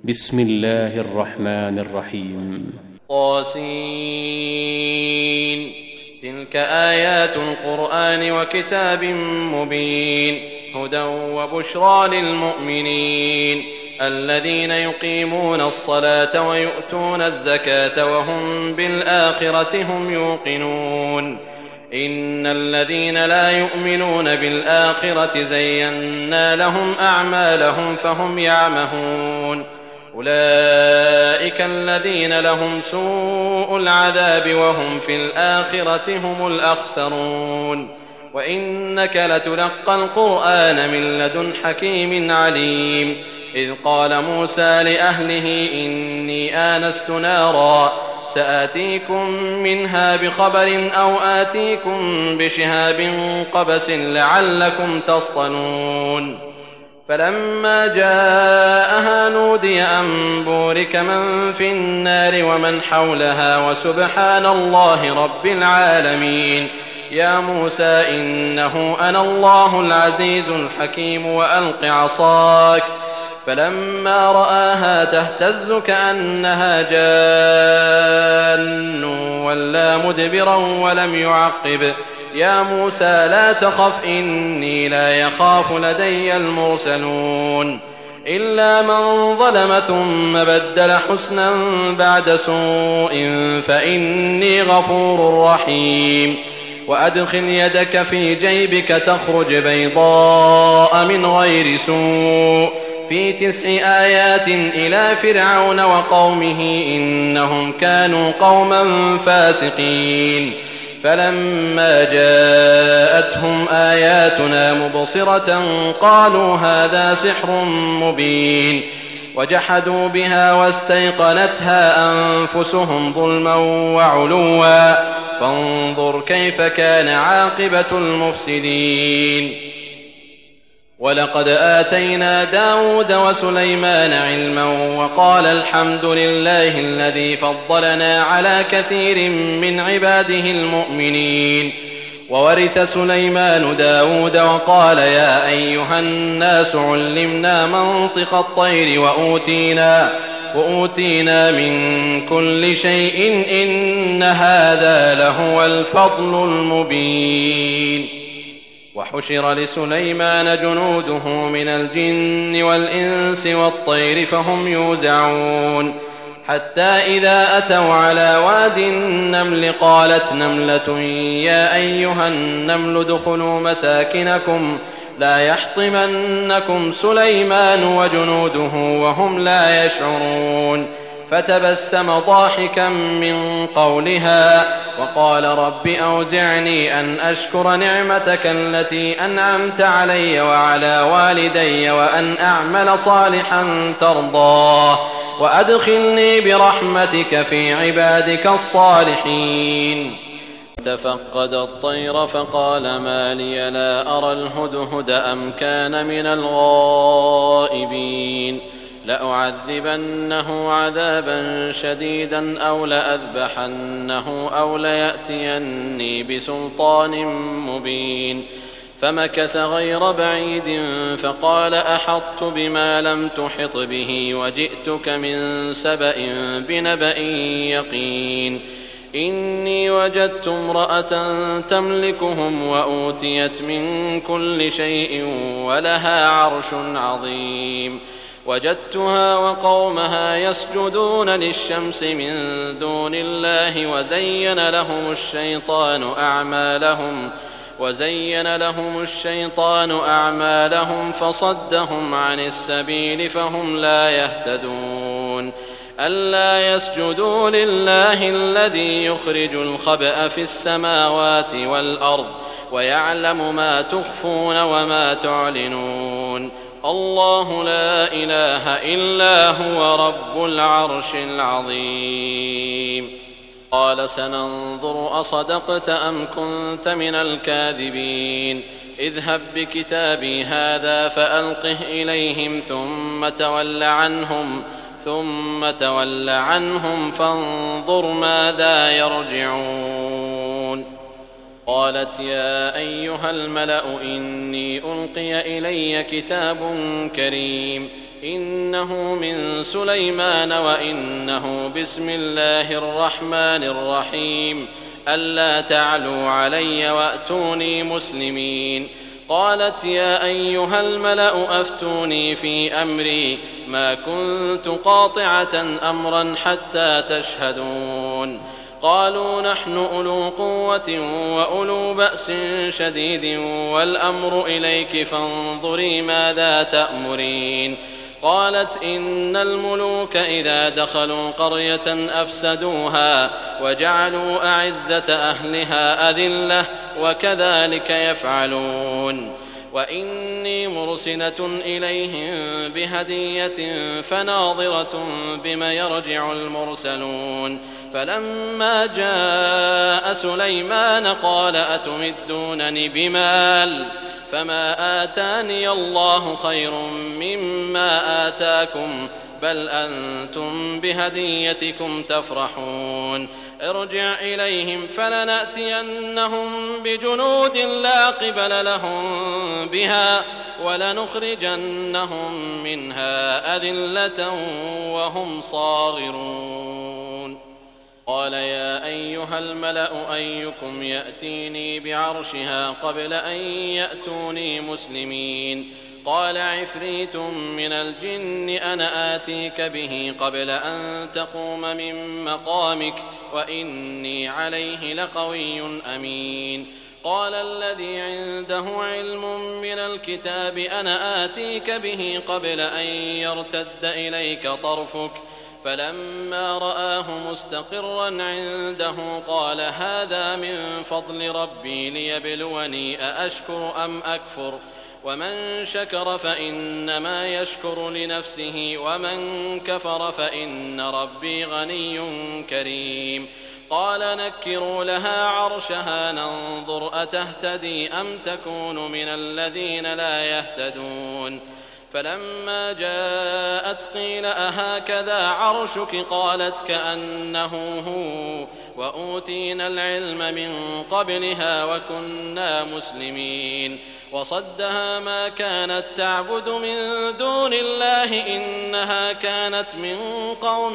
بسم الله الرحمن الرحيم. طاسين. تلك آيات القرآن وكتاب مبين، هدى وبشرى للمؤمنين الذين يقيمون الصلاة ويؤتون الزكاة وهم بالآخرة هم يوقنون. إن الذين لا يؤمنون بالآخرة زينا لهم أعمالهم فهم يعمهون. أولئك الذين لهم سوء العذاب وهم في الآخرة هم الأخسرون. وإنك لتلقى القرآن من لدن حكيم عليم. إذ قال موسى لأهله إني آنست نارا سآتيكم منها بخبر أو آتيكم بشهاب قبس لعلكم تصطلون. فلما جاءها نودي أن بورك من في النار ومن حولها وسبحان الله رب العالمين. يا موسى إنه أنا الله العزيز الحكيم وألق عصاك. فلما رآها تهتز كأنها جان ولا مدبرا ولم يعقب. يا موسى لا تخف إني لا يخاف لدي المرسلون. إلا من ظلم ثم بدل حسنا بعد سوء فإني غفور رحيم. وأدخل يدك في جيبك تخرج بيضاء من غير سوء في 9 آيات إلى فرعون وقومه إنهم كانوا قوما فاسقين. فلما جاءتهم آياتنا مبصرة قالوا هذا سحر مبين. وجحدوا بها واستيقنتها أنفسهم ظلما وعلوا فانظر كيف كان عاقبة المفسدين. ولقد آتينا داود وسليمان علما وقال الحمد لله الذي فضلنا على كثير من عباده المؤمنين. وورث سليمان داود وقال يا أيها الناس علمنا منطق الطير وأوتينا من كل شيء إن هذا لهو الفضل المبين. وحشر لسليمان جنوده من الجن والإنس والطير فهم يوزعون. حتى إذا أتوا على واد النمل قالت نملة يا أيها النمل ادخلوا مساكنكم لا يحطمنكم سليمان وجنوده وهم لا يشعرون. فتبسم ضاحكا من قولها وقال رب أوزعني أن أشكر نعمتك التي أنعمت علي وعلى والدي وأن أعمل صالحا ترضاه وأدخلني برحمتك في عبادك الصالحين. تفقد الطير فقال ما لي لا أرى الهدهد أم كان من الغائبين. لأعذبنه عذابا شديدا أو لأذبحنه أو ليأتيني بسلطان مبين. فمكث غير بعيد فقال أحطت بما لم تحط به وجئتك من سبأ بنبأ يقين. إني وجدت امرأة تملكهم وأوتيت من كل شيء ولها عرش عظيم. وجدتها وقومها يسجدون للشمس من دون الله وزين لهم الشيطان أعمالهم فصدهم عن السبيل فهم لا يهتدون. ألا يسجدوا لله الذي يخرج الخبأ في السماوات والأرض ويعلم ما تخفون وما تعلنون. الله لا إله إلا هو رب العرش العظيم. قال سننظر أصدقت أم كنت من الكاذبين. اذهب بكتابي هذا فألقه إليهم ثم تول عنهم فانظر ماذا يرجعون. قالت يا أيها الملأ إني ألقي إلي كتاب كريم إنه من سليمان وإنه بسم الله الرحمن الرحيم ألا تعلوا علي وأتوني مسلمين. قالت يا أيها الملأ أفتوني في أمري ما كنت قاطعة أمرا حتى تشهدون. قالوا نحن أولو قوة وأولو بأس شديد والأمر إليك فانظري ماذا تأمرين. قالت إن الملوك إذا دخلوا قرية أفسدوها وجعلوا أعزة أهلها أذلة وكذلك يفعلون. وإني مرسلة إليهم بهدية فناظرة بما يرجع المرسلون. فلما جاء سليمان قال أتمدونني بمال فما آتاني الله خير مما آتاكم بل أنتم بهديتكم تفرحون. ارجع إليهم فلنأتينهم بجنود لا قبل لهم بها ولنخرجنهم منها أذلة وهم صاغرون. قال يا أيها الملأ أيكم يأتيني بعرشها قبل أن يأتوني مسلمين. قال عفريت من الجن أنا آتيك به قبل أن تقوم من مقامك وإني عليه لقوي أمين. قال الذي عنده علم من الكتاب أنا آتيك به قبل أن يرتد إليك طرفك فلما رآه مستقرا عنده قال هذا من فضل ربي ليبلوني أأشكر أم أكفر ومن شكر فإنما يشكر لنفسه ومن كفر فإن ربي غني كريم. قال نكروا لها عرشها ننظر أتهتدي أم تكون من الذين لا يهتدون. فلما جاءت قيل أهكذا عرشك قالت كأنه هو وأوتينا العلم من قبلها وكنا مسلمين. وصدها ما كانت تعبد من دون الله إنها كانت من قوم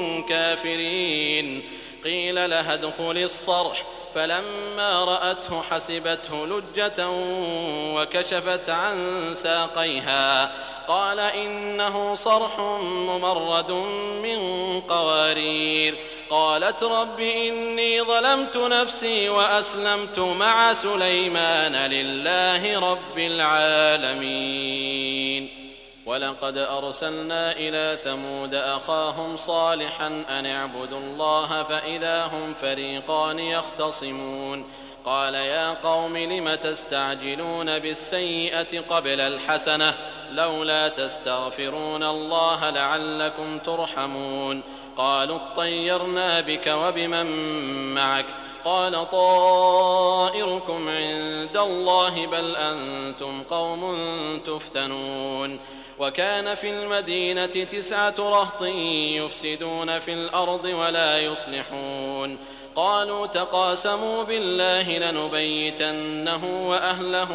كافرين. قيل لها ادخل الصرح فلما رأته حسبته لجة وكشفت عن ساقيها قال إنه صرح ممرد من قوارير. قالت رب إني ظلمت نفسي وأسلمت مع سليمان لله رب العالمين. ولقد أرسلنا إلى ثمود أخاهم صالحا أن اعبدوا الله فإذا هم فريقان يختصمون. قال يا قوم لم تستعجلون بالسيئة قبل الحسنة لولا تستغفرون الله لعلكم ترحمون. قالوا اطيرنا بك وبمن معك قال طائركم عند الله بل أنتم قوم تفتنون. وكان في المدينة 9 رهط يفسدون في الأرض ولا يصلحون. قالوا تقاسموا بالله لنبيتنه وأهله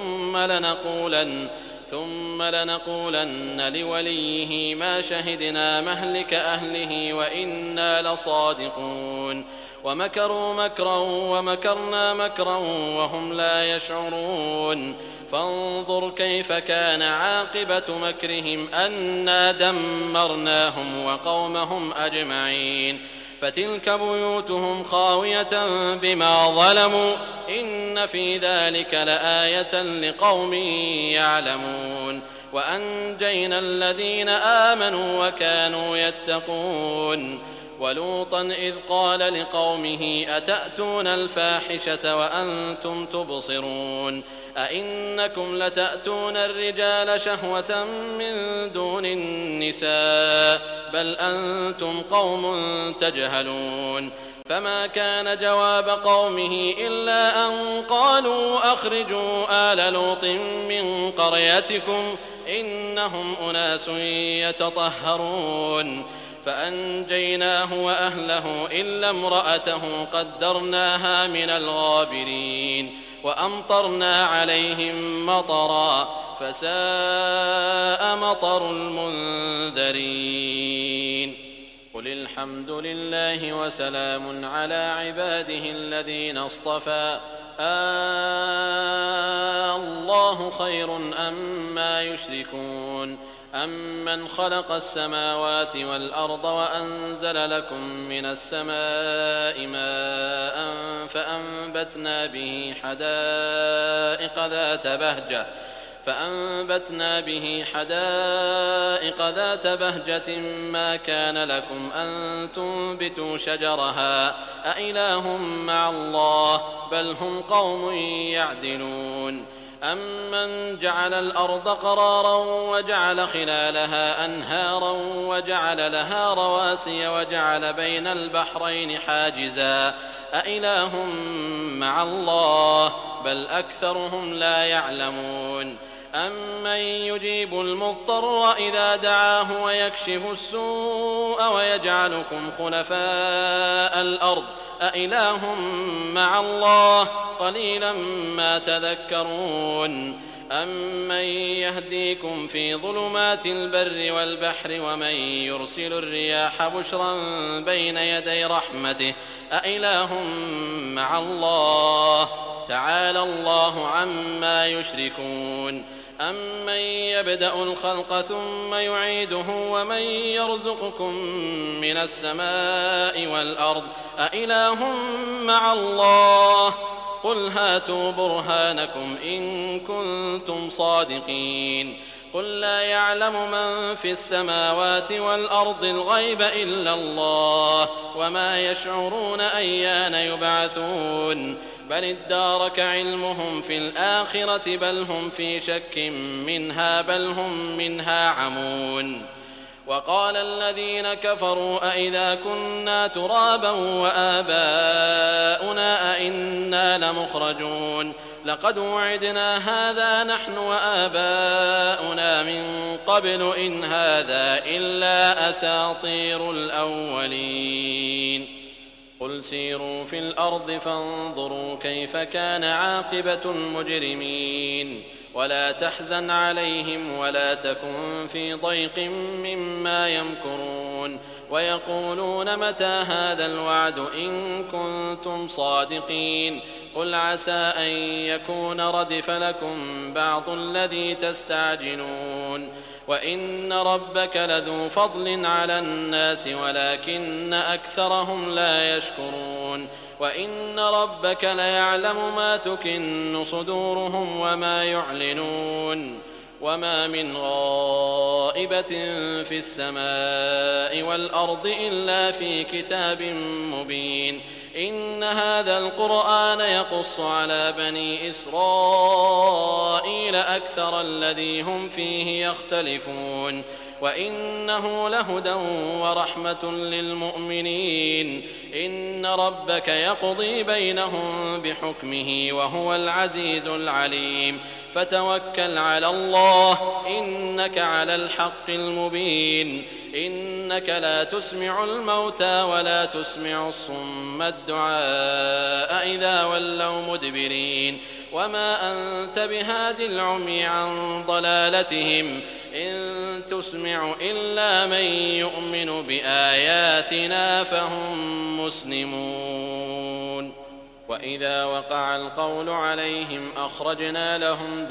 ثم لنقولن لوليه ما شهدنا مهلك أهله وإنا لصادقون. ومكروا مكرا ومكرنا مكرا وهم لا يشعرون. فانظر كيف كان عاقبة مكرهم أنا دمرناهم وقومهم أجمعين. فتلك بيوتهم خاوية بما ظلموا إن في ذلك لآية لقوم يعلمون. وأنجينا الذين آمنوا وكانوا يتقون. ولوطا إذ قال لقومه أتأتون الفاحشة وأنتم تبصرون أئنكم لتأتون الرجال شهوة من دون النساء بل أنتم قوم تجهلون. فما كان جواب قومه إلا أن قالوا أخرجوا آل لوط من قريتكم إنهم أناس يتطهرون. فأنجيناه وأهله إلا امرأته قدرناها من الغابرين. وأمطرنا عليهم مطرا فساء مطر المنذرين قل الحمد لله وسلام على عباده الذين اصطفى الله خير أما يشركون أمن خلق السماوات والأرض وأنزل لكم من السماء ماء فأنبتنا به حدائق ذات بهجة ما كان لكم أن تنبتوا شجرها أإله مع الله بل هم قوم يعدلون أمن جعل الأرض قرارا وجعل خلالها أنهارا وجعل لها رواسي وجعل بين البحرين حاجزا أإله مع الله بل أكثرهم لا يعلمون أمن يجيب المضطر إذا دعاه ويكشف السوء ويجعلكم خلفاء الأرض أإله مع الله قليلا ما تذكرون أمن يهديكم في ظلمات البر والبحر ومن يرسل الرياح بشرا بين يدي رحمته أإله مع الله تعالى الله عما يشركون أمن يبدأ الخلق ثم يعيده ومن يرزقكم من السماء والأرض أإله مع الله قل هاتوا برهانكم إن كنتم صادقين قل لا يعلم من في السماوات والأرض الغيب إلا الله وما يشعرون أيان يبعثون بل ادارك علمهم في الآخرة بل هم في شك منها بل هم منها عمون وقال الذين كفروا أئذا كنا ترابا وآباؤنا أئنا لمخرجون لقد وعدنا هذا نحن وآباؤنا من قبل إن هذا إلا أساطير الأولين قل سيروا في الأرض فانظروا كيف كان عاقبة المجرمين ولا تحزن عليهم ولا تكن في ضيق مما يمكرون ويقولون متى هذا الوعد إن كنتم صادقين قل عسى أن يكون ردف لكم بعض الذي تستعجلون وإن ربك لذو فضل على الناس ولكن أكثرهم لا يشكرون وإن ربك ليعلم ما تكن صدورهم وما يعلنون وما من غائبة في السماء والأرض إلا في كتاب مبين إن هذا القرآن يقص على بني إسرائيل أكثر الذي هم فيه يختلفون وإنه لهدى ورحمة للمؤمنين إن ربك يقضي بينهم بحكمه وهو العزيز العليم فتوكل على الله إنك على الحق المبين إنك لا تسمع الموتى ولا تسمع الصم الدعاء إذا ولوا مدبرين وما أنت بهاد العمي عن ضلالتهم إن تسمع إلا من يؤمن بآياتنا فهم مسلمون وإذا وقع القول عليهم أخرجنا لهم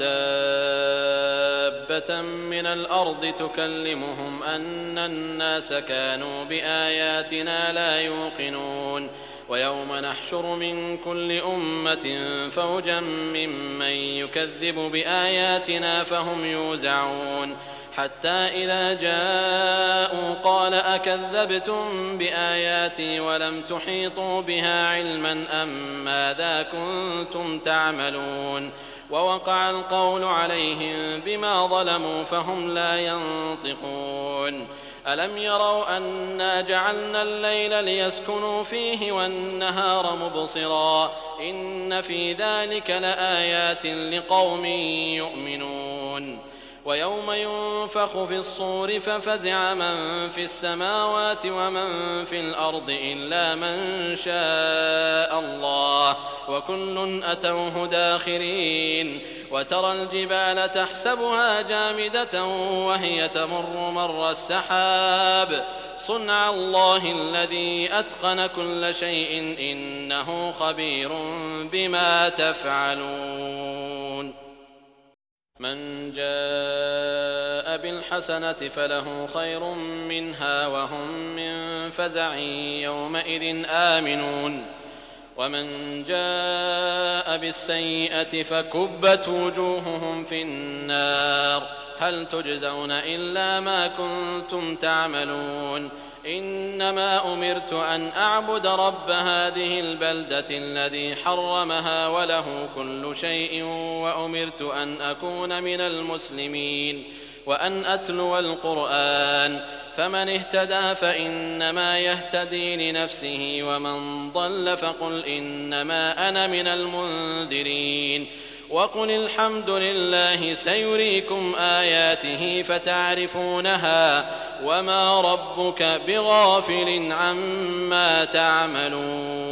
دابة من الأرض تكلمهم أن الناس كانوا بآياتنا لا يوقنون ويوم نحشر من كل أمة فوجا ممن يكذب بآياتنا فهم يوزعون حتى إذا جاءوا قال أكذبتم بآياتي ولم تحيطوا بها علما أم ماذا كنتم تعملون ووقع القول عليهم بما ظلموا فهم لا ينطقون ألم يروا أنا جعلنا الليل ليسكنوا فيه والنهار مبصرا إن في ذلك لآيات لقوم يؤمنون ويوم ينفخ في الصور ففزع من في السماوات ومن في الأرض إلا من شاء الله وكل أتوه داخرين وترى الجبال تحسبها جامدة وهي تمر مر السحاب صنع الله الذي أتقن كل شيء إنه خبير بما تفعلون من جاء بالحسنة فله خير منها وهم من فزع يومئذ آمنون ومن جاء بالسيئة فكبت وجوههم في النار هل تجزون إلا ما كنتم تعملون إنما أمرت أن أعبد رب هذه البلدة الذي حرمها وله كل شيء وأمرت أن أكون من المسلمين وأن أتلو القرآن فمن اهتدى فإنما يهتدي لنفسه ومن ضل فقل إنما أنا من المنذرين وقل الحمد لله سيريكم آياته فتعرفونها وما ربك بغافل عما تعملون